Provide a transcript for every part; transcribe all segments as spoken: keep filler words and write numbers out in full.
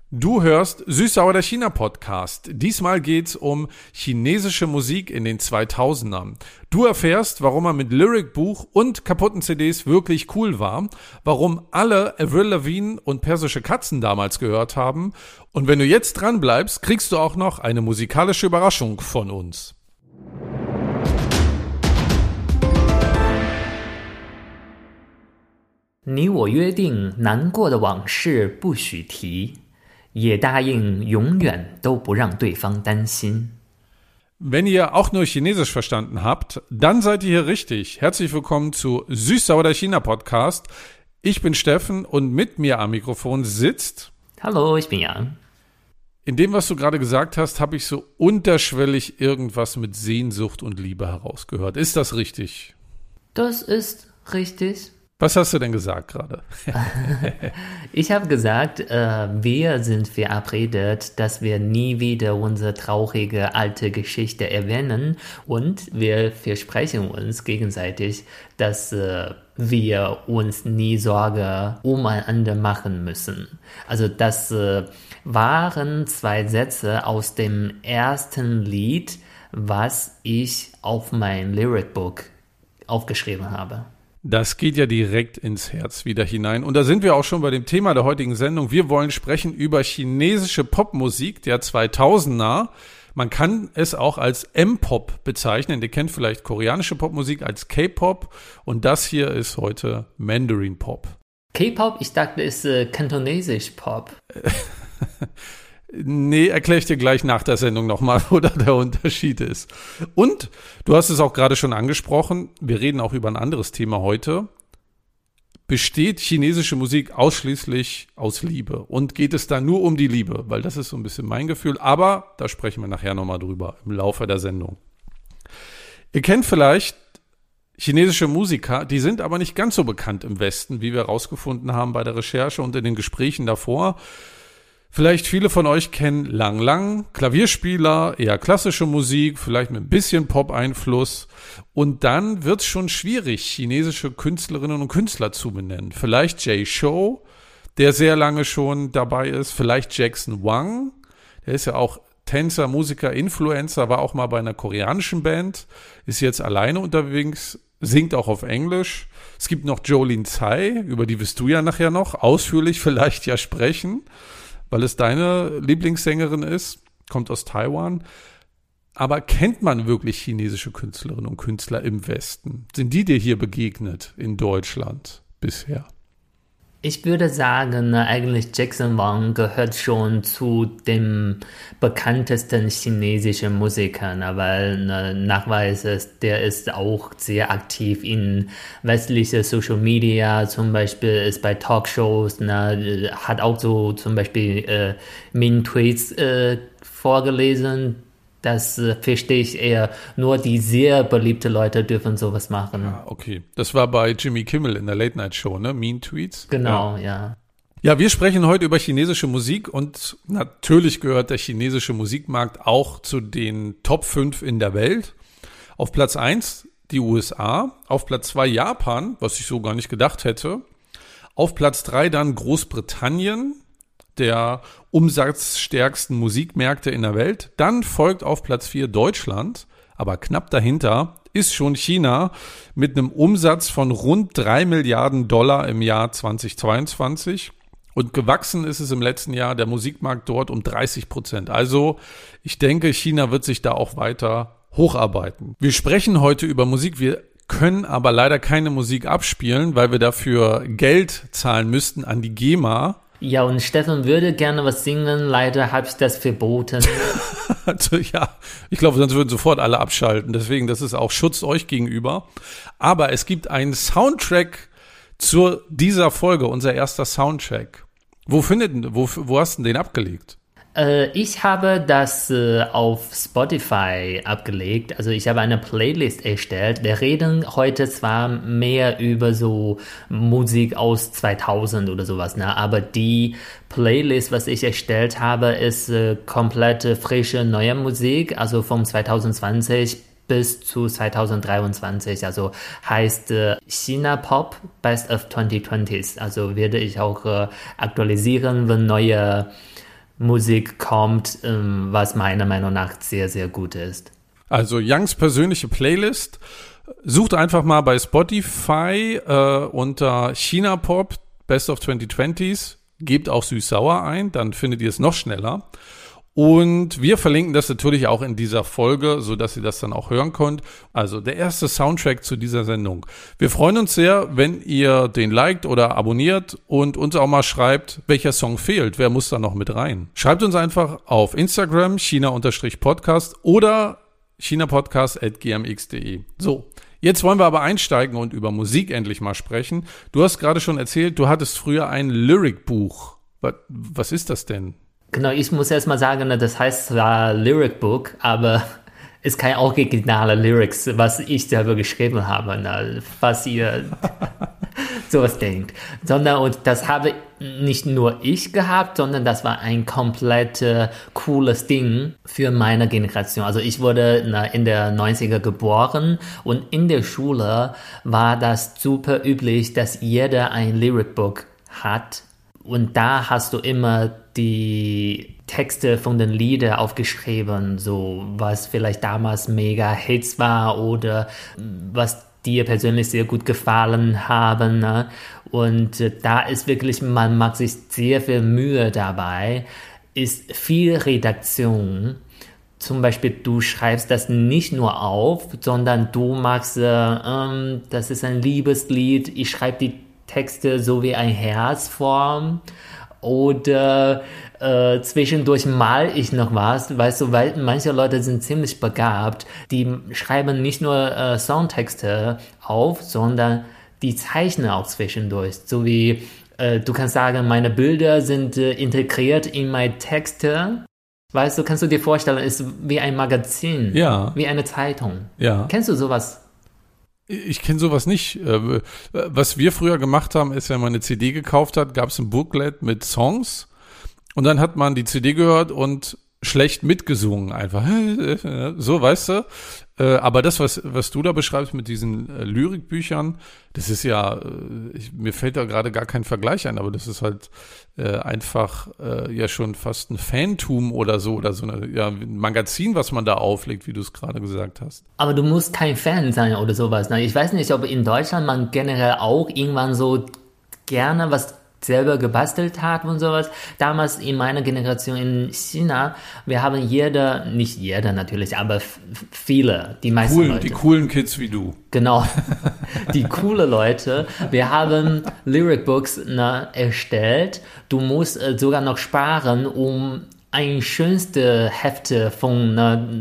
Du hörst Süß-Sauer der China-Podcast. Diesmal geht's um chinesische Musik in den zweitausendern. Du erfährst, warum man mit Lyric-Buch und kaputten C Ds wirklich cool war, warum alle Avril Lavigne und Persische Katzen damals gehört haben. Und wenn du jetzt dran bleibst, kriegst du auch noch eine musikalische Überraschung von uns. "你我约定，难过的往事不许提，也答应永远都不让对方担心." Wenn ihr auch nur Chinesisch verstanden habt, dann seid ihr hier richtig. Herzlich willkommen zu Süß-Sauer der China-Podcast. Ich bin Steffen und mit mir am Mikrofon sitzt... Hallo, ich bin Yang. In dem, was du gerade gesagt hast, habe ich so unterschwellig irgendwas mit Sehnsucht und Liebe herausgehört. Ist das richtig? Das ist richtig. Was hast du denn gesagt gerade? Ich habe gesagt, äh, wir sind verabredet, dass wir nie wieder unsere traurige alte Geschichte erwähnen und wir versprechen uns gegenseitig, dass äh, wir uns nie Sorge umeinander machen müssen. Also das äh, waren zwei Sätze aus dem ersten Lied, was ich auf mein Lyric-Book aufgeschrieben habe. Das geht ja direkt ins Herz wieder hinein. Und da sind wir auch schon bei dem Thema der heutigen Sendung. Wir wollen sprechen über chinesische Popmusik der zweitausender. Man kann es auch als M-Pop bezeichnen. Ihr kennt vielleicht koreanische Popmusik als K-Pop. Und das hier ist heute Mandarin-Pop. K-Pop? Ich dachte, es ist äh, kantonesisch Pop. Nee, erkläre ich dir gleich nach der Sendung nochmal, wo da der Unterschied ist. Und du hast es auch gerade schon angesprochen, wir reden auch über ein anderes Thema heute. Besteht chinesische Musik ausschließlich aus Liebe? Und geht es da nur um die Liebe? Weil das ist so ein bisschen mein Gefühl. Aber da sprechen wir nachher nochmal drüber im Laufe der Sendung. Ihr kennt vielleicht chinesische Musiker, die sind aber nicht ganz so bekannt im Westen, wie wir herausgefunden haben bei der Recherche und in den Gesprächen davor. Vielleicht viele von euch kennen Lang Lang, Klavierspieler, eher klassische Musik, vielleicht mit ein bisschen Pop-Einfluss. Und dann wird's schon schwierig, chinesische Künstlerinnen und Künstler zu benennen. Vielleicht Jay Chou, der sehr lange schon dabei ist. Vielleicht Jackson Wang, der ist ja auch Tänzer, Musiker, Influencer, war auch mal bei einer koreanischen Band, ist jetzt alleine unterwegs, singt auch auf Englisch. Es gibt noch Jolin Tsai, über die wirst du ja nachher noch ausführlich vielleicht ja sprechen, weil es deine Lieblingssängerin ist, kommt aus Taiwan. Aber kennt man wirklich chinesische Künstlerinnen und Künstler im Westen? Sind die dir hier begegnet in Deutschland bisher? Ich würde sagen, eigentlich Jackson Wang gehört schon zu den bekanntesten chinesischen Musikern, weil Nachweis ist, der ist auch sehr aktiv in westliche Social Media, zum Beispiel ist bei Talkshows, ne, hat auch so zum Beispiel äh, Min-Tweets äh, vorgelesen. Das äh, verstehe ich eher. Nur die sehr beliebten Leute dürfen sowas machen. Ah, okay. Das war bei Jimmy Kimmel in der Late-Night-Show, ne? Mean Tweets? Genau, ja. ja. Ja, wir sprechen heute über chinesische Musik und natürlich gehört der chinesische Musikmarkt auch zu den Top fünf in der Welt. Auf Platz eins die U S A, auf Platz zwei Japan, was ich so gar nicht gedacht hätte. Auf Platz drei dann Großbritannien, der umsatzstärksten Musikmärkte in der Welt. Dann folgt auf Platz vier Deutschland, aber knapp dahinter ist schon China mit einem Umsatz von rund drei Milliarden Dollar im Jahr zweitausendzweiundzwanzig. Und gewachsen ist es im letzten Jahr der Musikmarkt dort um dreißig Prozent. Also ich denke, China wird sich da auch weiter hocharbeiten. Wir sprechen heute über Musik, wir können aber leider keine Musik abspielen, weil wir dafür Geld zahlen müssten an die GEMA. Ja, und Steffen würde gerne was singen, leider habe ich das verboten. Also, ja, ich glaube, sonst würden sofort alle abschalten. Deswegen, das ist auch Schutz euch gegenüber. Aber es gibt einen Soundtrack zu dieser Folge, unser erster Soundtrack. Wo findet, wo, wo hast du den abgelegt? Äh, ich habe das äh, auf Spotify abgelegt. Also ich habe eine Playlist erstellt. Wir reden heute zwar mehr über so Musik aus zweitausend oder sowas, ne? Aber die Playlist, was ich erstellt habe, ist äh, komplette frische neue Musik, also vom zwanzig zwanzig bis zu zwanzig dreiundzwanzig, also heißt äh, China Pop Best of zwanzig zwanzig. Also werde ich auch äh, aktualisieren, wenn neue Musik kommt, ähm, was meiner Meinung nach sehr, sehr gut ist. Also Youngs persönliche Playlist. Sucht einfach mal bei Spotify äh, unter China Pop Best of zwanzig zwanzig. Gebt auch süß-sauer ein, dann findet ihr es noch schneller. Und wir verlinken das natürlich auch in dieser Folge, sodass ihr das dann auch hören könnt. Also der erste Soundtrack zu dieser Sendung. Wir freuen uns sehr, wenn ihr den liked oder abonniert und uns auch mal schreibt, welcher Song fehlt. Wer muss da noch mit rein? Schreibt uns einfach auf Instagram, China-Podcast oder chinapodcast at g m x punkt d e. So, jetzt wollen wir aber einsteigen und über Musik endlich mal sprechen. Du hast gerade schon erzählt, du hattest früher ein Lyric-Buch. Was, was ist das denn? Genau, ich muss erst mal sagen, das heißt zwar Lyric Book, aber ist kein originale Lyrics, was ich selber geschrieben habe, ne, was ihr sowas denkt. Sondern, und das habe nicht nur ich gehabt, sondern das war ein komplett äh, cooles Ding für meine Generation. Also ich wurde na, in der neunziger geboren und in der Schule war das super üblich, dass jeder ein Lyric Book hat. Und da hast du immer die Texte von den Liedern aufgeschrieben, so was vielleicht damals mega Hits war oder was dir persönlich sehr gut gefallen haben. Ne? Und äh, da ist wirklich, man macht sich sehr viel Mühe dabei, ist viel Redaktion. Zum Beispiel, du schreibst das nicht nur auf, sondern du machst, äh, ähm, das ist ein Liebeslied, ich schreibe die Texte so wie ein Herzform oder äh, zwischendurch mal ich noch was, weißt du, weil manche Leute sind ziemlich begabt, die schreiben nicht nur äh, Songtexte auf, sondern die zeichnen auch zwischendurch, so wie äh, du kannst sagen, meine Bilder sind äh, integriert in meine Texte. Weißt du, kannst du dir vorstellen, ist wie ein Magazin, ja, wie eine Zeitung. Ja. Kennst du sowas? Ich kenne sowas nicht. Was wir früher gemacht haben, ist, wenn man eine C D gekauft hat, gab es ein Booklet mit Songs und dann hat man die C D gehört und schlecht mitgesungen einfach. So, weißt du? Aber das, was, was du da beschreibst mit diesen Lyrikbüchern, das ist ja, ich, mir fällt da gerade gar kein Vergleich ein, aber das ist halt äh, einfach äh, ja schon fast ein Fantum oder so, oder so eine, ja, ein Magazin, was man da auflegt, wie du es gerade gesagt hast. Aber du musst kein Fan sein oder sowas. Ne? Ich weiß nicht, ob in Deutschland man generell auch irgendwann so gerne was selber gebastelt hat und sowas. Damals in meiner Generation in China, wir haben jeder, nicht jeder natürlich, aber f- viele, die meisten Cool, Leute. Die coolen Kids wie du. Genau, die coole Leute. Wir haben Lyric Books ne, erstellt. Du musst äh, sogar noch sparen, um ein schönste Hefte von...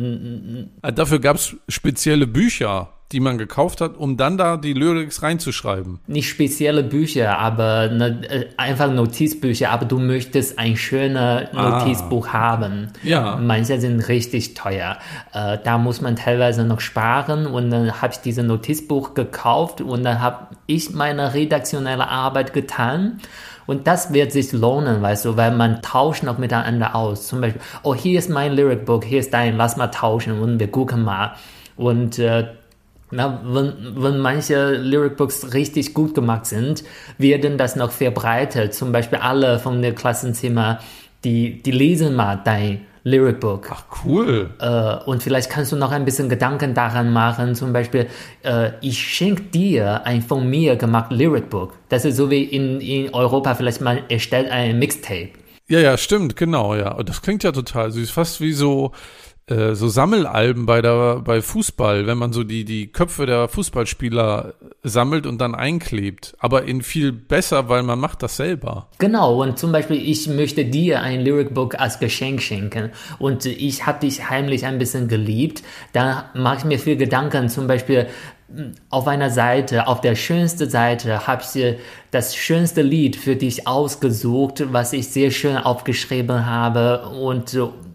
Ne, Dafür gab es spezielle Bücher, die man gekauft hat, um dann da die Lyrics reinzuschreiben. Nicht spezielle Bücher, aber ne, einfach Notizbücher, aber du möchtest ein schönes Notizbuch ah. haben. Ja. Manche sind richtig teuer. Äh, da muss man teilweise noch sparen und dann habe ich dieses Notizbuch gekauft und dann habe ich meine redaktionelle Arbeit getan. Und das wird sich lohnen, weißt du, weil man tauscht noch miteinander aus. Zum Beispiel, oh, hier ist mein Lyric Book, hier ist dein, lass mal tauschen und wir gucken mal. Und äh, Na, wenn, wenn manche Lyricbooks richtig gut gemacht sind, werden das noch verbreitet. Zum Beispiel alle von der Klassenzimmer, die, die lesen mal dein Lyricbook. Ach, cool. Äh, und vielleicht kannst du noch ein bisschen Gedanken daran machen. Zum Beispiel, äh, ich schenke dir ein von mir gemachtes Lyricbook. Das ist so wie in, in Europa vielleicht mal erstellt ein Mixtape. Ja, ja, stimmt, genau, ja. Und das klingt ja total süß. Fast wie so... so Sammelalben bei der bei Fußball, wenn man so die die Köpfe der Fußballspieler sammelt und dann einklebt, aber in viel besser, weil man macht das selber. Genau, und zum Beispiel, ich möchte dir ein Lyricbook als Geschenk schenken und ich habe dich heimlich ein bisschen geliebt, da mache ich mir viel Gedanken, zum Beispiel auf einer Seite, auf der schönsten Seite habe ich das schönste Lied für dich ausgesucht, was ich sehr schön aufgeschrieben habe und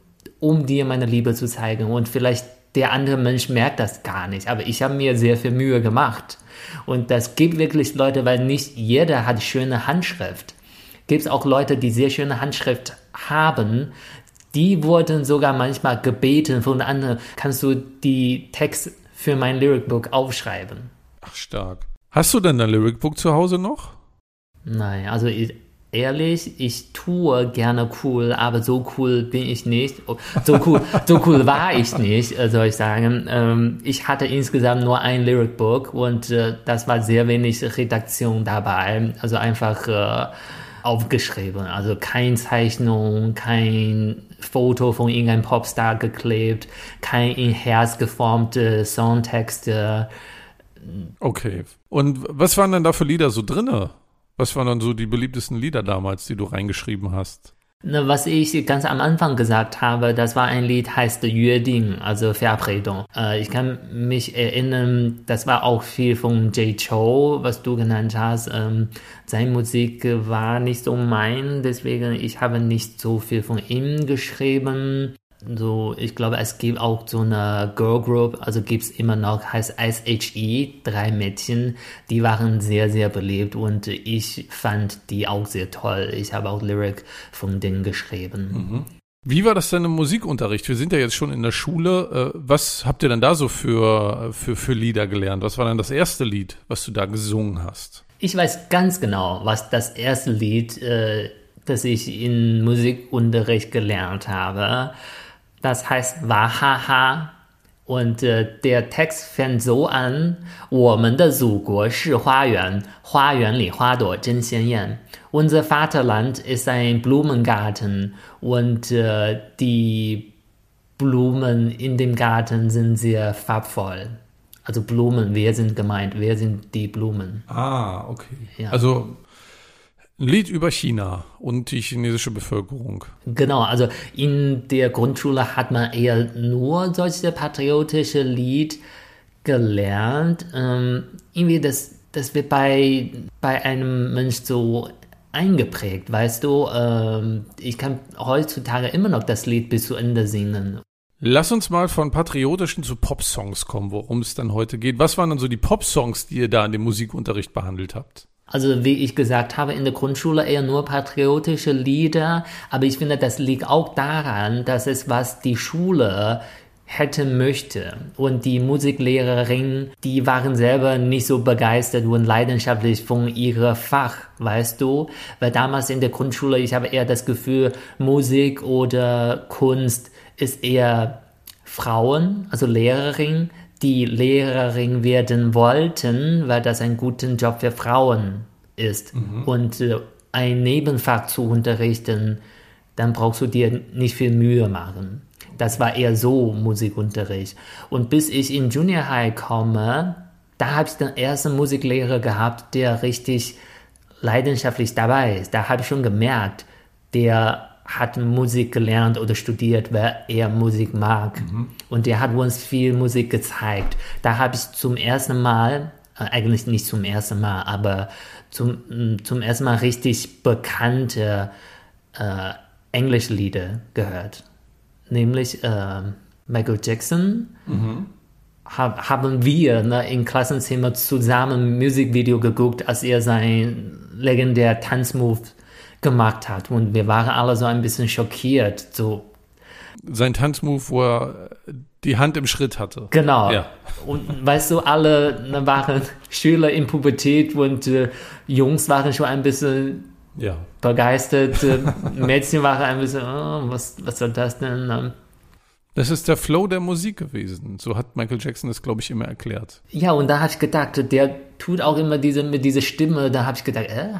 um dir meine Liebe zu zeigen. Und vielleicht der andere Mensch merkt das gar nicht, aber ich habe mir sehr viel Mühe gemacht. Und das gibt wirklich Leute, weil nicht jeder hat schöne Handschrift. Gibt es auch Leute, die sehr schöne Handschrift haben, die wurden sogar manchmal gebeten von anderen, kannst du die Text für mein Lyricbook aufschreiben? Ach, stark. Hast du denn dein Lyricbook zu Hause noch? Nein, also ich, ehrlich, ich tue gerne cool, aber so cool bin ich nicht. So cool, so cool war ich nicht, soll ich sagen. Ähm, ich hatte insgesamt nur ein Lyric-Book und äh, das war sehr wenig Redaktion dabei. Also einfach äh, aufgeschrieben. Also keine Zeichnung, kein Foto von irgendeinem Popstar geklebt, kein in Herz geformte Songtexte. Okay. Und was waren denn da für Lieder so drinne? Was waren dann so die beliebtesten Lieder damals, die du reingeschrieben hast? Was ich ganz am Anfang gesagt habe, das war ein Lied, heißt Yue Ding, also Verabredung. Ich kann mich erinnern, das war auch viel von Jay Chou, was du genannt hast. Seine Musik war nicht so mein, deswegen ich habe nicht so viel von ihm geschrieben. So, ich glaube, es gibt auch so eine Girl Group, also gibt es immer noch, heißt S H E, drei Mädchen, die waren sehr, sehr beliebt und ich fand die auch sehr toll. Ich habe auch Lyric von denen geschrieben. Mhm. Wie war das denn im Musikunterricht? Wir sind ja jetzt schon in der Schule. Was habt ihr denn da so für, für, für Lieder gelernt? Was war denn das erste Lied, was du da gesungen hast? Ich weiß ganz genau, was das erste Lied, äh, das ich in Musikunterricht gelernt habe. Das heißt Wahaha und äh, der Text fängt so an: 我们的祖国是花园，花园里花朵真鲜艳。 Unser Vaterland ist ein Blumengarten und äh, die Blumen in dem Garten sind sehr farbvoll. Also Blumen, wer sind gemeint? Wer sind die Blumen? Ah, okay. Ja. Also ein Lied über China und die chinesische Bevölkerung. Genau, also in der Grundschule hat man eher nur solche patriotische Lied gelernt. Ähm, irgendwie das, das wird bei, bei einem Mensch so eingeprägt, weißt du. Ähm, ich kann heutzutage immer noch das Lied bis zu Ende singen. Lass uns mal von patriotischen zu Popsongs kommen, worum es dann heute geht. Was waren dann so die Popsongs, die ihr da in dem Musikunterricht behandelt habt? Also wie ich gesagt habe, in der Grundschule eher nur patriotische Lieder, aber ich finde, das liegt auch daran, dass es was die Schule hätte möchte. Und die Musiklehrerin, die waren selber nicht so begeistert und leidenschaftlich von ihrem Fach, weißt du? Weil damals in der Grundschule, ich habe eher das Gefühl, Musik oder Kunst ist eher Frauen, also Lehrerin, die Lehrerin werden wollten, weil das ein guter Job für Frauen ist. Mhm. Und äh, ein Nebenfach zu unterrichten, dann brauchst du dir nicht viel Mühe machen. Das war eher so Musikunterricht. Und bis ich in Junior High komme, da habe ich den ersten Musiklehrer gehabt, der richtig leidenschaftlich dabei ist. Da habe ich schon gemerkt, der hat Musik gelernt oder studiert, weil er Musik mag. Mhm. Und der hat uns viel Musik gezeigt. Da habe ich zum ersten Mal, äh, eigentlich nicht zum ersten Mal, aber zum, zum ersten Mal richtig bekannte äh, englische Lieder gehört. Nämlich äh, Michael Jackson. Mhm. Hab, haben wir ne, im Klassenzimmer zusammen ein Musikvideo geguckt, als er sein legendärer Tanzmove gemacht hat, und wir waren alle so ein bisschen schockiert. So. Sein Tanzmove, wo er die Hand im Schritt hatte. Genau. Ja. Und weißt du, alle ne, waren Schüler in Pubertät und äh, Jungs waren schon ein bisschen ja. begeistert. Äh, Mädchen waren ein bisschen, oh, was, was soll das denn? Das ist der Flow der Musik gewesen. So hat Michael Jackson das, glaube ich, immer erklärt. Ja, und da habe ich gedacht, der tut auch immer diese, mit dieser Stimme, da habe ich gedacht, äh,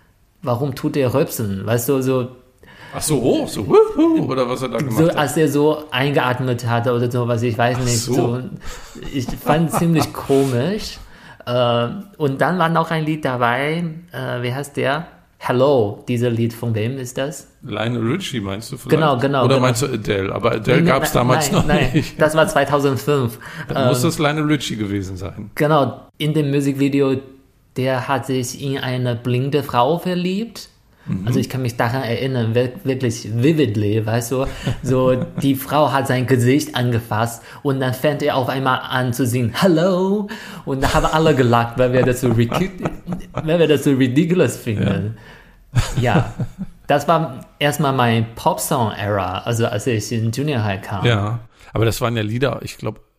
warum tut er Röpsen? Weißt du, so. Ach so, oh, so, wuhu, oder was er da gemacht so, hat. Als er so eingeatmet hatte oder so, was ich weiß Ach nicht. So. So, ich fand es ziemlich komisch. Äh, und dann war noch ein Lied dabei, äh, wie heißt der? Hello, dieser Lied, von wem ist das? Lionel Richie meinst du vielleicht? Genau, genau. Oder genau. meinst du Adele? Aber Adele gab es damals nein, noch nein, nicht. Das war zweitausendfünf. Dann ähm, muss das Lionel Richie gewesen sein. Genau, in dem Musikvideo, der hat sich in eine blinde Frau verliebt. Mhm. Also ich kann mich daran erinnern, wirklich vividly, weißt du, so die Frau hat sein Gesicht angefasst und dann fängt er auf einmal an zu singen, Hello, und da haben alle gelacht, weil wir das so, weil wir das so ridiculous finden. Ja, ja, das war erstmal mein Pop-Song-Era, also als ich in Junior High kam. Ja, aber das waren ja Lieder, ich glaube,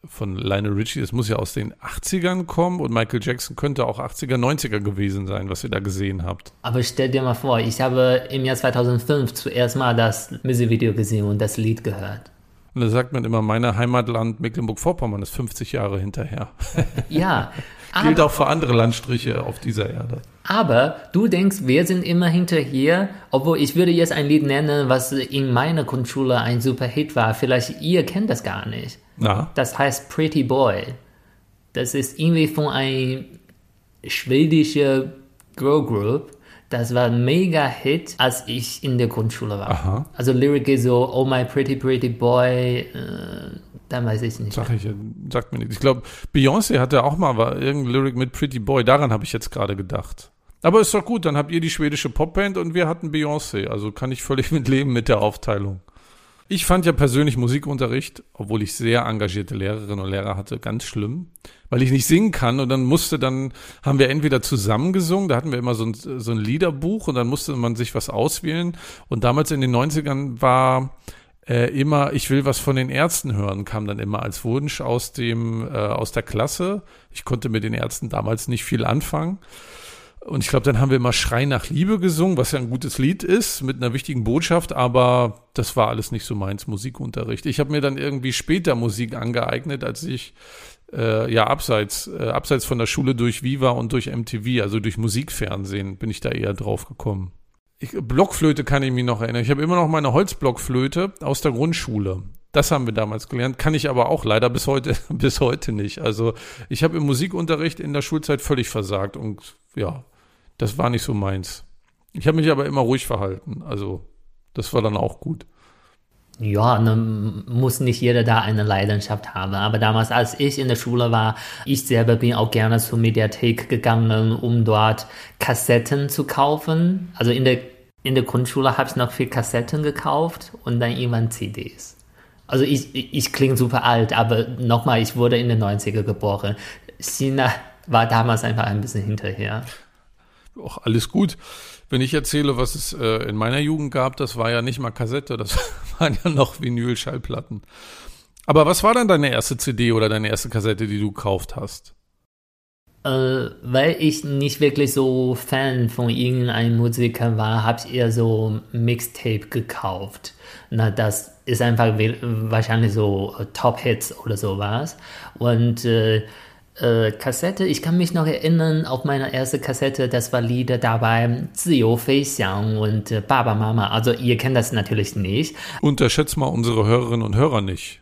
von Lionel Richie, das muss ja aus den achtzigern kommen und Michael Jackson könnte auch achtziger, neunziger gewesen sein, was ihr da gesehen habt. Aber stell dir mal vor, ich habe im Jahr zweitausendfünf zuerst mal das Musikvideo gesehen und das Lied gehört. Und da sagt man immer, mein Heimatland Mecklenburg-Vorpommern ist fünfzig Jahre hinterher. Ja. Gilt auch für andere Landstriche auf dieser Erde. Aber du denkst, wir sind immer hinterher, obwohl ich würde jetzt ein Lied nennen, was in meiner Grundschule ein super Hit war. Vielleicht ihr kennt das gar nicht. Na? Das heißt Pretty Boy. Das ist irgendwie von einer schwedischen Girl Group. Das war ein mega Hit, als ich in der Grundschule war. Aha. Also Lyric ist so, oh my pretty pretty boy, äh, dann weiß ich nicht. Sag ich, sagt mir nichts. Ich glaube, Beyoncé hatte auch mal war irgendein Lyric mit Pretty Boy, daran habe ich jetzt gerade gedacht. Aber ist doch gut, dann habt ihr die schwedische Popband und wir hatten Beyoncé, also kann ich völlig mit leben mit der Aufteilung. Ich fand ja persönlich Musikunterricht, obwohl ich sehr engagierte Lehrerinnen und Lehrer hatte, ganz schlimm, weil ich nicht singen kann und dann musste dann, haben wir entweder zusammen gesungen, da hatten wir immer so ein, so ein Liederbuch und dann musste man sich was auswählen und damals in den neunzigern war äh, immer, ich will was von den Ärzten hören, kam dann immer als Wunsch aus dem, äh, aus der Klasse. Ich konnte mit den Ärzten damals nicht viel anfangen. Und ich glaube, dann haben wir immer Schrei nach Liebe gesungen, was ja ein gutes Lied ist, mit einer wichtigen Botschaft, aber das war alles nicht so meins, Musikunterricht. Ich habe mir dann irgendwie später Musik angeeignet, als ich äh, ja abseits, äh, abseits von der Schule durch Viva und durch M T V, also durch Musikfernsehen, bin ich da eher drauf gekommen. Ich, Blockflöte kann ich mich noch erinnern. Ich habe immer noch meine Holzblockflöte aus der Grundschule. Das haben wir damals gelernt, kann ich aber auch leider bis heute, bis heute nicht. Also ich habe im Musikunterricht in der Schulzeit völlig versagt und ja, das war nicht so meins. Ich habe mich aber immer ruhig verhalten. Also, das war dann auch gut. Ja, ne, muss nicht jeder da eine Leidenschaft haben. Aber damals, als ich in der Schule war, ich selber bin auch gerne zur Mediathek gegangen, um dort Kassetten zu kaufen. Also in der, in der Grundschule habe ich noch viel Kassetten gekauft und dann irgendwann C Ds. Also ich, ich, ich klinge super alt, aber nochmal, ich wurde in den neunziger geboren. China war damals einfach ein bisschen hinterher. Auch alles gut. Wenn ich erzähle, was es äh, in meiner Jugend gab, das war ja nicht mal Kassette, das waren ja noch Vinyl-Schallplatten. Aber was war dann deine erste C D oder deine erste Kassette, die du gekauft hast? Äh, weil ich nicht wirklich so Fan von irgendeinem Musiker war, habe ich eher so Mixtape gekauft. Na, das ist einfach wahrscheinlich so Top-Hits oder sowas. Und äh, Äh, Kassette, ich kann mich noch erinnern, auf meine erste Kassette, das war Lieder dabei, 自由飞翔 und äh, Baba Mama, also ihr kennt das natürlich nicht. Unterschätzt mal unsere Hörerinnen und Hörer nicht.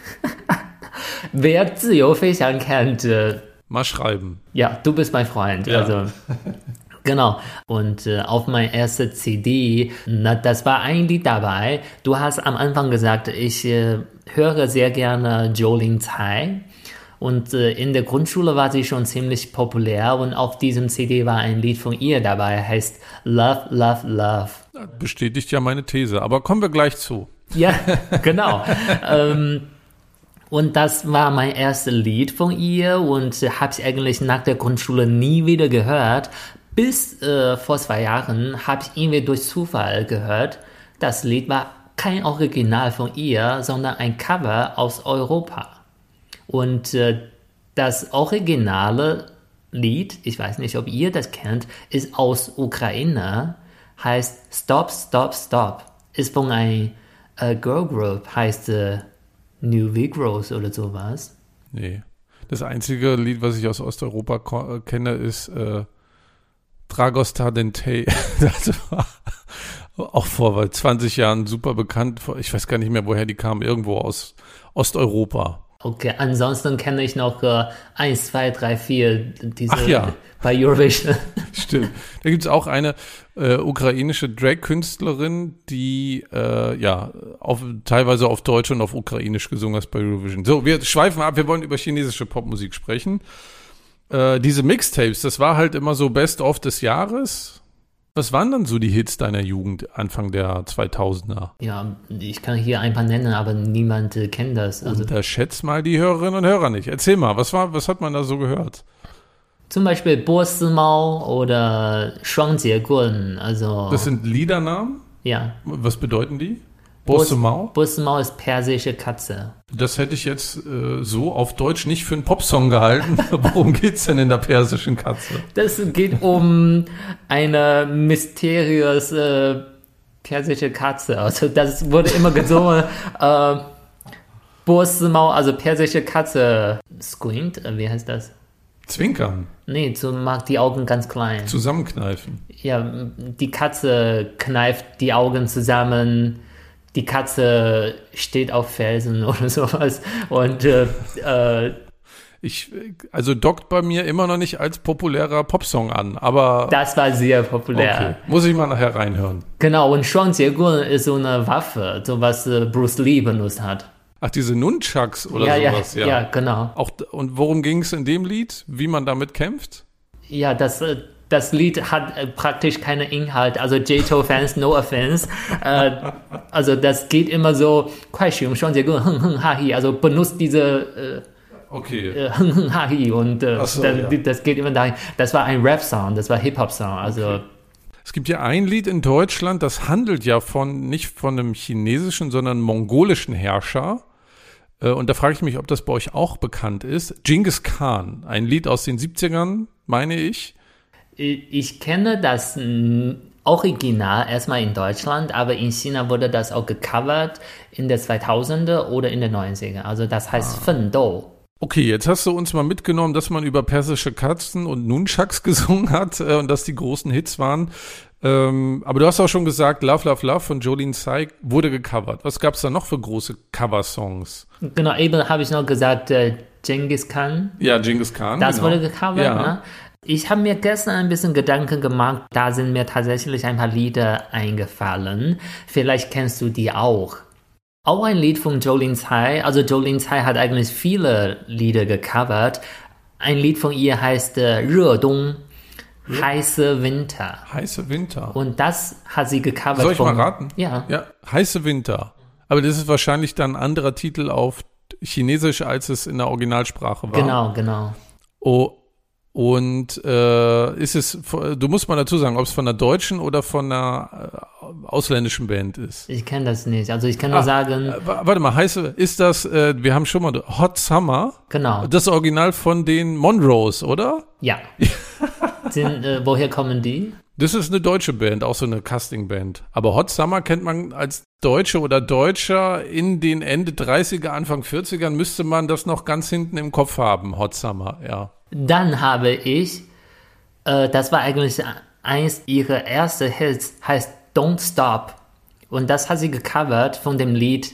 Wer 自由飞翔 kennt, äh, mal schreiben. Ja, du bist mein Freund, ja. Also genau, und äh, auf meine erste C D, na, das war ein Lied dabei, du hast am Anfang gesagt, ich äh, höre sehr gerne Jolin Tsai. Und äh, in der Grundschule war sie schon ziemlich populär und auf diesem C D war ein Lied von ihr dabei, heißt Love, Love, Love. Bestätigt ja meine These, aber kommen wir gleich zu. Ja, genau. ähm, und das war mein erstes Lied von ihr und äh, habe ich eigentlich nach der Grundschule nie wieder gehört. Bis äh, vor zwei Jahren habe ich irgendwie durch Zufall gehört. Das Lied war kein Original von ihr, sondern ein Cover aus Europa. Und äh, das originale Lied, ich weiß nicht, ob ihr das kennt, ist aus Ukraine, heißt Stop, Stop, Stop. Ist von einer äh, Girl Group, heißt äh, New Vigros oder sowas. Nee. Das einzige Lied, was ich aus Osteuropa ko- kenne, ist äh, Dragostea Dentei. Das war auch vor zwanzig Jahren super bekannt. Ich weiß gar nicht mehr, woher die kam. Irgendwo aus Osteuropa. Okay, ansonsten kenne ich noch äh, eins, zwei, drei, vier diese Ach ja. bei Eurovision. Stimmt. Da gibt es auch eine äh, ukrainische Drag-Künstlerin, die äh, ja auf, teilweise auf Deutsch und auf Ukrainisch gesungen hat bei Eurovision. So, wir schweifen ab, wir wollen über chinesische Popmusik sprechen. Äh, diese Mixtapes, das war halt immer so Best-of des Jahres. Was waren dann so die Hits deiner Jugend, Anfang der zweitausender? Ja, ich kann hier ein paar nennen, aber niemand äh, kennt das. Also unterschätzt mal die Hörerinnen und Hörer nicht. Erzähl mal, was war, was hat man da so gehört? Zum Beispiel Bo Si Mao oder Shuang Jie Gun, also... Das sind Liedernamen? Ja. Was bedeuten die? Bosemao? Bosemao ist persische Katze. Das hätte ich jetzt äh, so auf Deutsch nicht für einen Popsong gehalten. Worum geht's denn in der persischen Katze? Das geht um eine mysteriöse persische Katze. Also das wurde immer gesungen. äh, Bosemao, also persische Katze. Squint, wie heißt das? Zwinkern. Nee, so macht die Augen ganz klein. Zusammenkneifen. Ja, die Katze kneift die Augen zusammen. Die Katze steht auf Felsen oder sowas. Und äh, äh, ich, also dockt bei mir immer noch nicht als populärer Popsong an, aber das war sehr populär. Okay. Muss ich mal nachher reinhören. Genau, und Shuangjiagun ist so eine Waffe, so was äh, Bruce Lee benutzt hat. Ach, diese Nunchucks oder ja, sowas, ja. ja. Ja, genau. Auch, und worum ging es in dem Lied? Wie man damit kämpft? Ja, das, äh, das Lied hat äh, praktisch keinen Inhalt. Also J-To-Fans, no offense. äh, also das geht immer so, Kuaixiong, Shuangjiagun, Heng Heng Ha Hi. Also benutzt diese äh, okay. äh, Heng Heng Ha Hi. Und äh, so, das, ja. das geht immer dahin. Das war ein Rap-Song, das war Hip-Hop-Song. Also okay. Es gibt ja ein Lied in Deutschland, das handelt ja von nicht von einem chinesischen, sondern mongolischen Herrscher. Und da frage ich mich, ob das bei euch auch bekannt ist. Genghis Khan, ein Lied aus den siebzigern, meine ich. Ich kenne das Original erstmal in Deutschland, aber in China wurde das auch gecovert in der zweitausender oder in der neunziger. Also das heißt ah. Fendou. Okay, jetzt hast du uns mal mitgenommen, dass man über persische Katzen und Nunchucks gesungen hat äh, und dass die großen Hits waren. Ähm, aber du hast auch schon gesagt, Love, Love, Love von Jolene Tsai wurde gecovert. Was gab es da noch für große Coversongs? Genau, eben habe ich noch gesagt, äh, Genghis Khan. Ja, Genghis Khan, Das genau. wurde gecovert, ja. ne? Ich habe mir gestern ein bisschen Gedanken gemacht, da sind mir tatsächlich ein paar Lieder eingefallen. Vielleicht kennst du die auch. Auch ein Lied von Jolene Tsai. Also Jolene Tsai hat eigentlich viele Lieder gecovert. Ein Lied von ihr heißt äh, Re Dong, ja. Heiße Winter. Heiße Winter. Und das hat sie gecovert. Soll ich von, mal raten? Ja. Ja. Heiße Winter. Aber das ist wahrscheinlich dann ein anderer Titel auf Chinesisch, als es in der Originalsprache war. Genau, genau. Oh. Und äh, ist es, du musst mal dazu sagen, ob es von einer deutschen oder von einer äh, ausländischen Band ist. Ich kenne das nicht. Also ich kann nur ah, sagen. Äh, warte mal, heiße, ist das, äh, wir haben schon mal Hot Summer. Genau. Das Original von den Monroes, oder? Ja. Sind, äh, woher kommen die? Das ist eine deutsche Band, auch so eine Casting-Band. Aber Hot Summer kennt man als Deutsche oder Deutscher in den Ende dreißiger, Anfang vierzigern müsste man das noch ganz hinten im Kopf haben, Hot Summer, ja. Dann habe ich, äh, das war eigentlich eins ihrer ersten Hits, heißt Don't Stop. Und das hat sie gecovert von dem Lied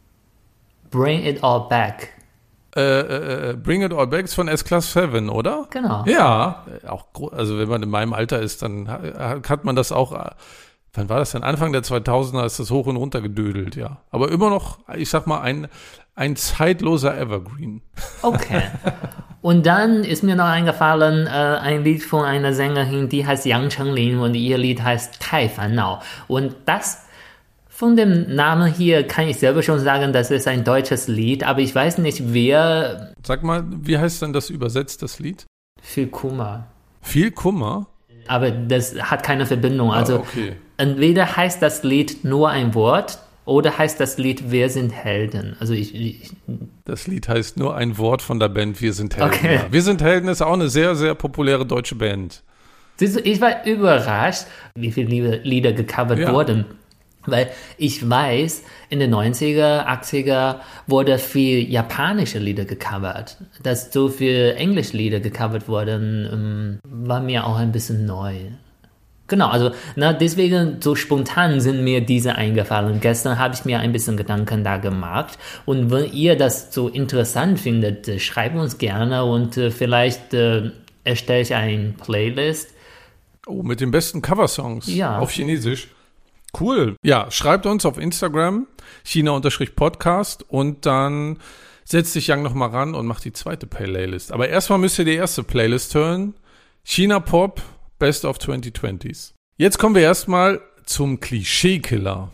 Bring It All Back. Äh, äh, Bring It All Back ist von S-Class sieben, oder? Genau. Ja, auch, also wenn man in meinem Alter ist, dann hat man das auch, wann war das denn? Anfang der zweitausender ist das hoch und runter gedödelt, ja. Aber immer noch, ich sag mal, ein, ein zeitloser Evergreen. Okay. Und dann ist mir noch eingefallen, äh, ein Lied von einer Sängerin, die heißt Yang Chenglin und ihr Lied heißt Tai Fan Nao. Und das, von dem Namen hier kann ich selber schon sagen, das ist ein deutsches Lied, aber ich weiß nicht, wer... Sag mal, wie heißt denn das übersetzt, das Lied? Viel Kummer. Viel Kummer? Aber das hat keine Verbindung. Also ah, okay. Entweder heißt das Lied nur ein Wort oder heißt das Lied Wir sind Helden. Also ich, ich Das Lied heißt nur ein Wort von der Band Wir sind Helden. Okay. Ja. Wir sind Helden ist auch eine sehr, sehr populäre deutsche Band. Siehst du, ich war überrascht, wie viele Lieder gecovert ja. wurden. Weil ich weiß, in den neunziger, achtziger wurde viel japanische Lieder gecovert. Dass so viele Englischlieder gecovert wurden, war mir auch ein bisschen neu. Genau, also na, deswegen so spontan sind mir diese eingefallen. Gestern habe ich mir ein bisschen Gedanken da gemacht. Und wenn ihr das so interessant findet, schreibt uns gerne und äh, vielleicht äh, erstelle ich eine Playlist. Oh, mit den besten Coversongs ja. auf Chinesisch. Cool. Ja, schreibt uns auf Instagram, China-Podcast und dann setzt sich Yang nochmal ran und macht die zweite Playlist. Aber erstmal müsst ihr die erste Playlist hören. China Pop, Best of twenty twenties. Jetzt kommen wir erstmal zum Klischeekiller.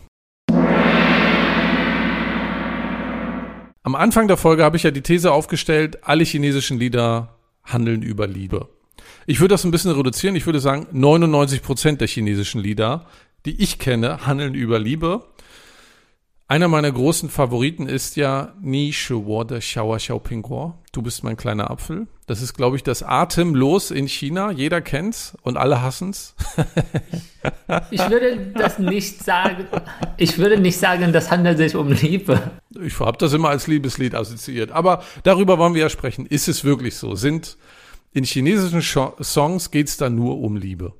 Am Anfang der Folge habe ich ja die These aufgestellt, alle chinesischen Lieder handeln über Liebe. Ich würde das ein bisschen reduzieren. Ich würde sagen, neunundneunzig Prozent der chinesischen Lieder, die ich kenne, handeln über Liebe. Einer meiner großen Favoriten ist ja Ni Shi Wo de Xiao Xiao Pingguo. Du bist mein kleiner Apfel. Das ist, glaube ich, das Atemlos in China. Jeder kennt's und alle hassen's. Ich würde das nicht sagen. Ich würde nicht sagen, das handelt sich um Liebe. Ich habe das immer als Liebeslied assoziiert. Aber darüber wollen wir ja sprechen. Ist es wirklich so? Sind in chinesischen Songs geht's da nur um Liebe?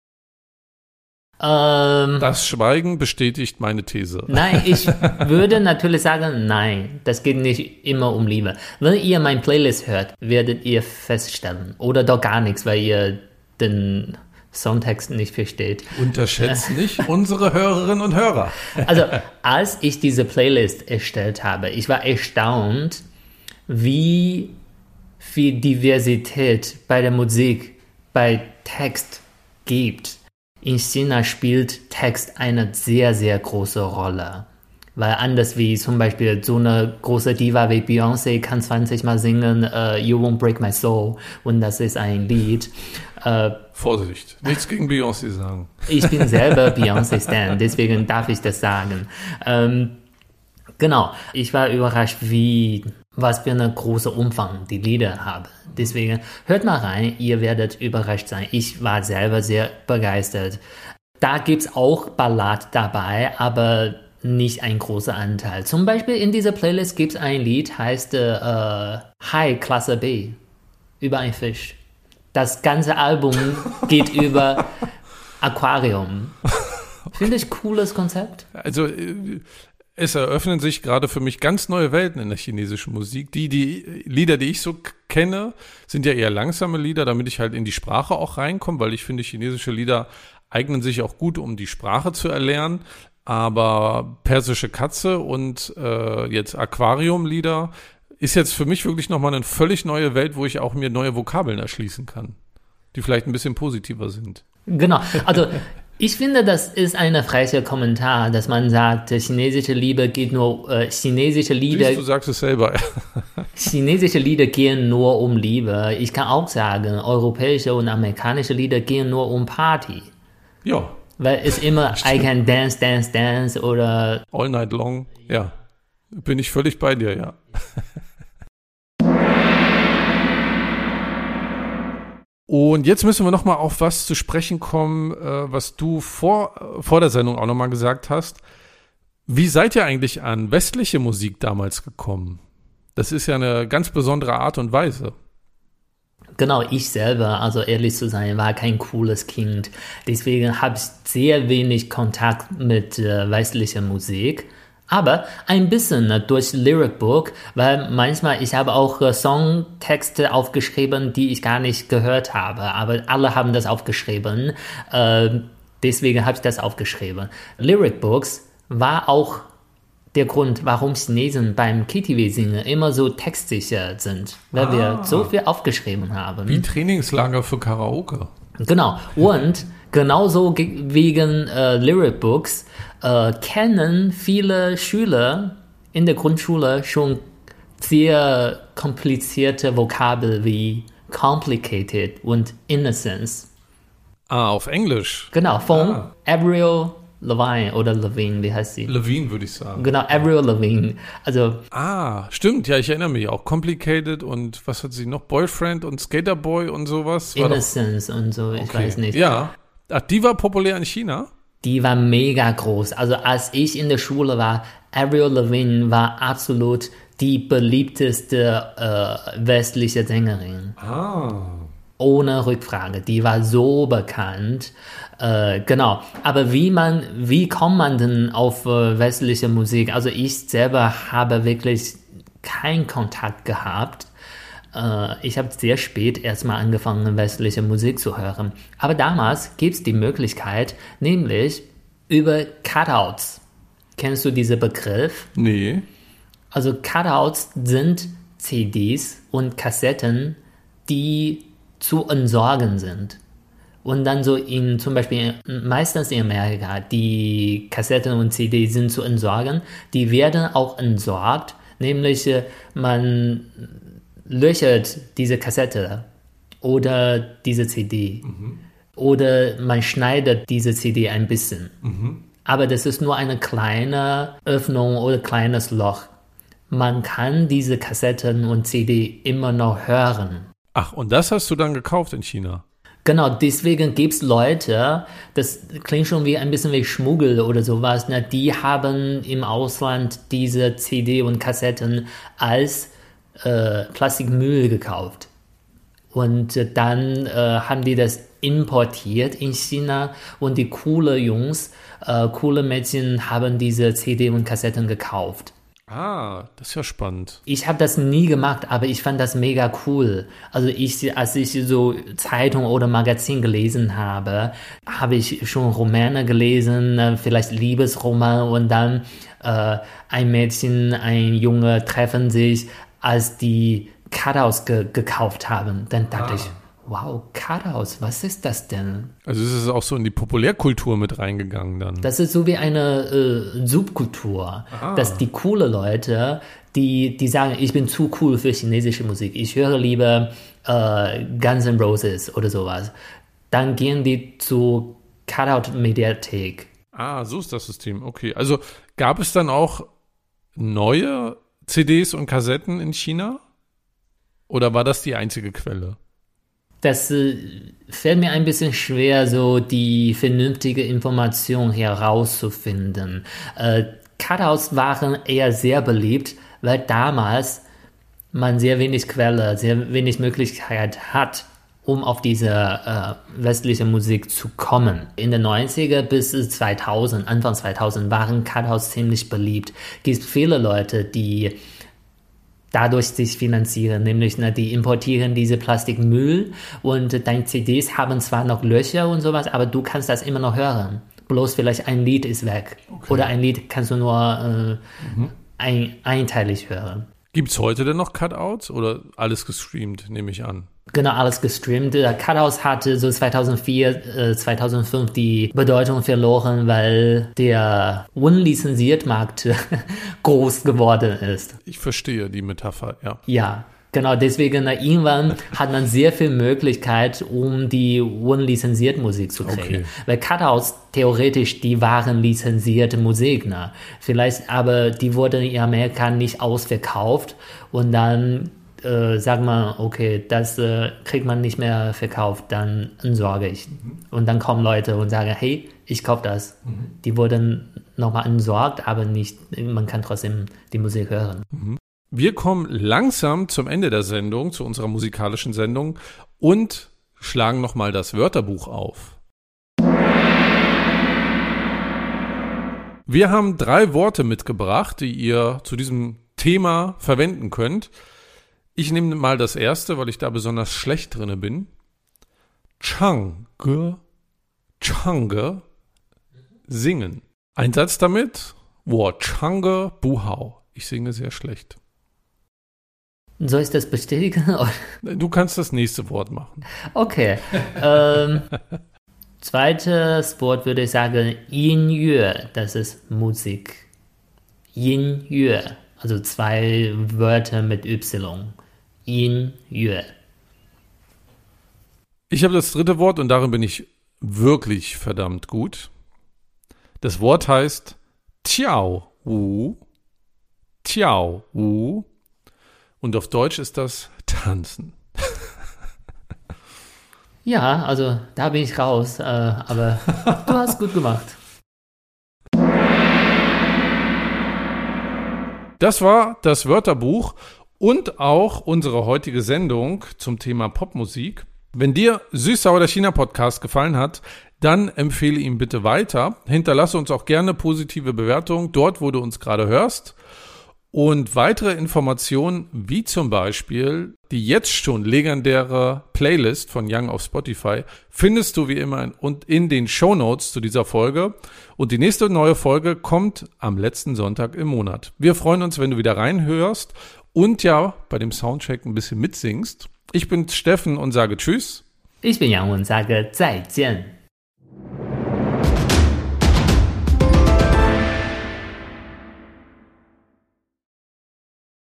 Ähm, das Schweigen bestätigt meine These. Nein, ich würde natürlich sagen, nein, das geht nicht immer um Liebe. Wenn ihr mein Playlist hört, werdet ihr feststellen, oder doch gar nichts, weil ihr den Songtext nicht versteht. Unterschätzt nicht unsere Hörerinnen und Hörer. Also, als ich diese Playlist erstellt habe, ich war erstaunt, wie viel Diversität bei der Musik, bei Text gibt. In China spielt Text eine sehr, sehr große Rolle. Weil anders wie zum Beispiel so eine große Diva wie Beyoncé kann zwanzig Mal singen uh, You Won't Break My Soul und das ist ein Lied. Uh, Vorsicht, nichts gegen Beyoncé sagen. Ich bin selber Beyoncé-Stan, deswegen darf ich das sagen. Ähm, genau, ich war überrascht, wie was für einen großen Umfang die Lieder haben. Deswegen hört mal rein, ihr werdet überrascht sein. Ich war selber sehr begeistert. Da gibt's auch Ballad dabei, aber nicht ein großer Anteil. Zum Beispiel in dieser Playlist gibt's ein Lied, heißt äh, Hi Klasse B, über einen Fisch. Das ganze Album geht über Aquarium. Finde ich cooles Konzept. Also es eröffnen sich gerade für mich ganz neue Welten in der chinesischen Musik. Die, die Lieder, die ich so kenne, sind ja eher langsame Lieder, damit ich halt in die Sprache auch reinkomme, weil ich finde, chinesische Lieder eignen sich auch gut, um die Sprache zu erlernen. Aber Persische Katze und äh, jetzt Aquarium-Lieder ist jetzt für mich wirklich nochmal eine völlig neue Welt, wo ich auch mir neue Vokabeln erschließen kann, die vielleicht ein bisschen positiver sind. Genau, also ich finde, das ist ein frecher Kommentar, dass man sagt, chinesische Liebe geht nur, äh, chinesische Lieder... Siehst, du sagst es selber. Chinesische Lieder gehen nur um Liebe. Ich kann auch sagen, europäische und amerikanische Lieder gehen nur um Party. Ja. Weil es immer I can dance, dance, dance oder... All night long, ja. Bin ich völlig bei dir, ja. Und jetzt müssen wir nochmal auf was zu sprechen kommen, äh, was du vor, vor der Sendung auch nochmal gesagt hast. Wie seid ihr eigentlich an westliche Musik damals gekommen? Das ist ja eine ganz besondere Art und Weise. Genau, ich selber, also ehrlich zu sein, war kein cooles Kind. Deswegen habe ich sehr wenig Kontakt mit äh, westlicher Musik. Aber ein bisschen äh, durch Lyric Book, weil manchmal, ich habe auch äh, Songtexte aufgeschrieben, die ich gar nicht gehört habe. Aber alle haben das aufgeschrieben. Äh, deswegen habe ich das aufgeschrieben. Lyric Books war auch der Grund, warum Chinesen beim K T V-Singen immer so textsicher sind, weil ah, wir so viel aufgeschrieben haben. Wie Trainingslager für Karaoke. Genau. Und genauso wegen äh, Lyric Books äh, kennen viele Schüler in der Grundschule schon sehr komplizierte Vokabel wie complicated und innocence. Ah, auf Englisch. Genau, von ah. Avril Lavigne oder Lavigne, wie heißt sie? Lavigne würde ich sagen. Genau, Avril Lavigne. Also, ah, stimmt, ja, ich erinnere mich auch. Complicated und was hat sie noch? Boyfriend und Skaterboy und sowas? Innocence doch... und so, ich okay. weiß nicht. Ja, ach, die war populär in China? Die war mega groß. Also als ich in der Schule war, Avril Lavigne war absolut die beliebteste äh, westliche Sängerin. Ah. Ohne Rückfrage. Die war so bekannt. Äh, genau. Aber wie man, wie kommt man denn auf äh, westliche Musik? Also ich selber habe wirklich keinen Kontakt gehabt. Äh, ich habe sehr spät erstmal angefangen, westliche Musik zu hören. Aber damals gibt es die Möglichkeit, nämlich über Cutouts. Kennst du diesen Begriff? Nee. Also Cutouts sind C Ds und Kassetten, die zu entsorgen sind. Und dann so in, zum Beispiel meistens in Amerika, die Kassetten und C Ds sind zu entsorgen, die werden auch entsorgt, nämlich man löchert diese Kassette oder diese C D mhm. oder man schneidet diese C D ein bisschen. Mhm. aber das ist nur eine kleine Öffnung oder kleines Loch. Man kann diese Kassetten und C D immer noch hören. Ach, und das hast du dann gekauft in China? Genau, deswegen gibt es Leute, das klingt schon wie ein bisschen wie Schmuggel oder sowas, ne? Die haben im Ausland diese C D und Kassetten als äh, Plastikmüll gekauft. Und äh, dann äh, haben die das importiert in China und die coole Jungs, äh, coole Mädchen haben diese C D und Kassetten gekauft. Ah, das ist ja spannend. Ich habe das nie gemacht, aber ich fand das mega cool. Also ich, als ich so Zeitung oder Magazin gelesen habe, habe ich schon Romane gelesen, vielleicht Liebesroman und dann äh, ein Mädchen, ein Junge treffen sich, als die Cutouts ge- gekauft haben. Dann dachte ah. ich, wow, Cutouts, was ist das denn? Also ist es auch so in die Populärkultur mit reingegangen dann? Das ist so wie eine äh, Subkultur, ah. dass die coole Leute, die, die sagen, ich bin zu cool für chinesische Musik, ich höre lieber äh, Guns N' Roses oder sowas, dann gehen die zu Cutout-Mediathek. Ah, so ist das System, okay. Also gab es dann auch neue C Ds und Kassetten in China? Oder war das die einzige Quelle? Das äh, fällt mir ein bisschen schwer, so die vernünftige Information herauszufinden. Äh, Cutouts waren eher sehr beliebt, weil damals man sehr wenig Quelle, sehr wenig Möglichkeit hat, um auf diese äh, westliche Musik zu kommen. In den neunziger bis zweitausend, Anfang zweitausend waren Cutouts ziemlich beliebt. Es gibt viele Leute, die dadurch sich finanzieren, nämlich ne, die importieren diese Plastikmüll und deine C Ds haben zwar noch Löcher und sowas, aber du kannst das immer noch hören. Bloß vielleicht ein Lied ist weg. Okay. Oder ein Lied kannst du nur äh, mhm. ein, einteilig hören. Gibt es heute denn noch Cutouts oder alles gestreamt, nehme ich an? Genau, alles gestreamt. Cutouts hatte so zweitausendvier, äh, zweitausendfünf die Bedeutung verloren, weil der unlizenziert-Markt groß geworden ist. Ich verstehe die Metapher, ja. Ja, genau. Deswegen na, irgendwann hat man sehr viel Möglichkeit, um die unlizenzierte Musik zu kriegen. Okay. Weil Cutouts theoretisch, die waren lizenzierte Musik. Ne? Vielleicht, aber die wurden in Amerika nicht ausverkauft und dann Äh, sag mal, okay, das äh, kriegt man nicht mehr verkauft, dann entsorge ich. Mhm. Und dann kommen Leute und sagen, hey, ich kaufe das. Mhm. Die wurden nochmal entsorgt, aber nicht, man kann trotzdem die Musik hören. Mhm. Wir kommen langsam zum Ende der Sendung, zu unserer musikalischen Sendung und schlagen nochmal das Wörterbuch auf. Wir haben drei Worte mitgebracht, die ihr zu diesem Thema verwenden könnt. Ich nehme mal das erste, weil ich da besonders schlecht drinne bin. Changge, Changge, singen. Ein Satz damit, wo Changge Buhao. Ich singe sehr schlecht. Soll ich das bestätigen? Du kannst das nächste Wort machen. Okay. ähm, zweites Wort würde ich sagen, Yin-Yue, das ist Musik. Yin-Yue, also zwei Wörter mit Y. Yin-Yue. Ich habe das dritte Wort und darin bin ich wirklich verdammt gut. Das Wort heißt Tiao Wu. Tiao Wu. Und auf Deutsch ist das Tanzen. Ja, also da bin ich raus, äh, aber du hast gut gemacht. Das war das Wörterbuch und auch unsere heutige Sendung zum Thema Popmusik. Wenn dir Süß-Sauer der China-Podcast gefallen hat, dann empfehle ihn bitte weiter. Hinterlasse uns auch gerne positive Bewertungen dort, wo du uns gerade hörst. Und weitere Informationen, wie zum Beispiel die jetzt schon legendäre Playlist von Young auf Spotify, findest du wie immer in, und in den Shownotes zu dieser Folge. Und die nächste neue Folge kommt am letzten Sonntag im Monat. Wir freuen uns, wenn du wieder reinhörst und ja bei dem Soundcheck ein bisschen mitsingst. Ich bin Steffen und sage Tschüss. Ich bin Yang und sage 再见.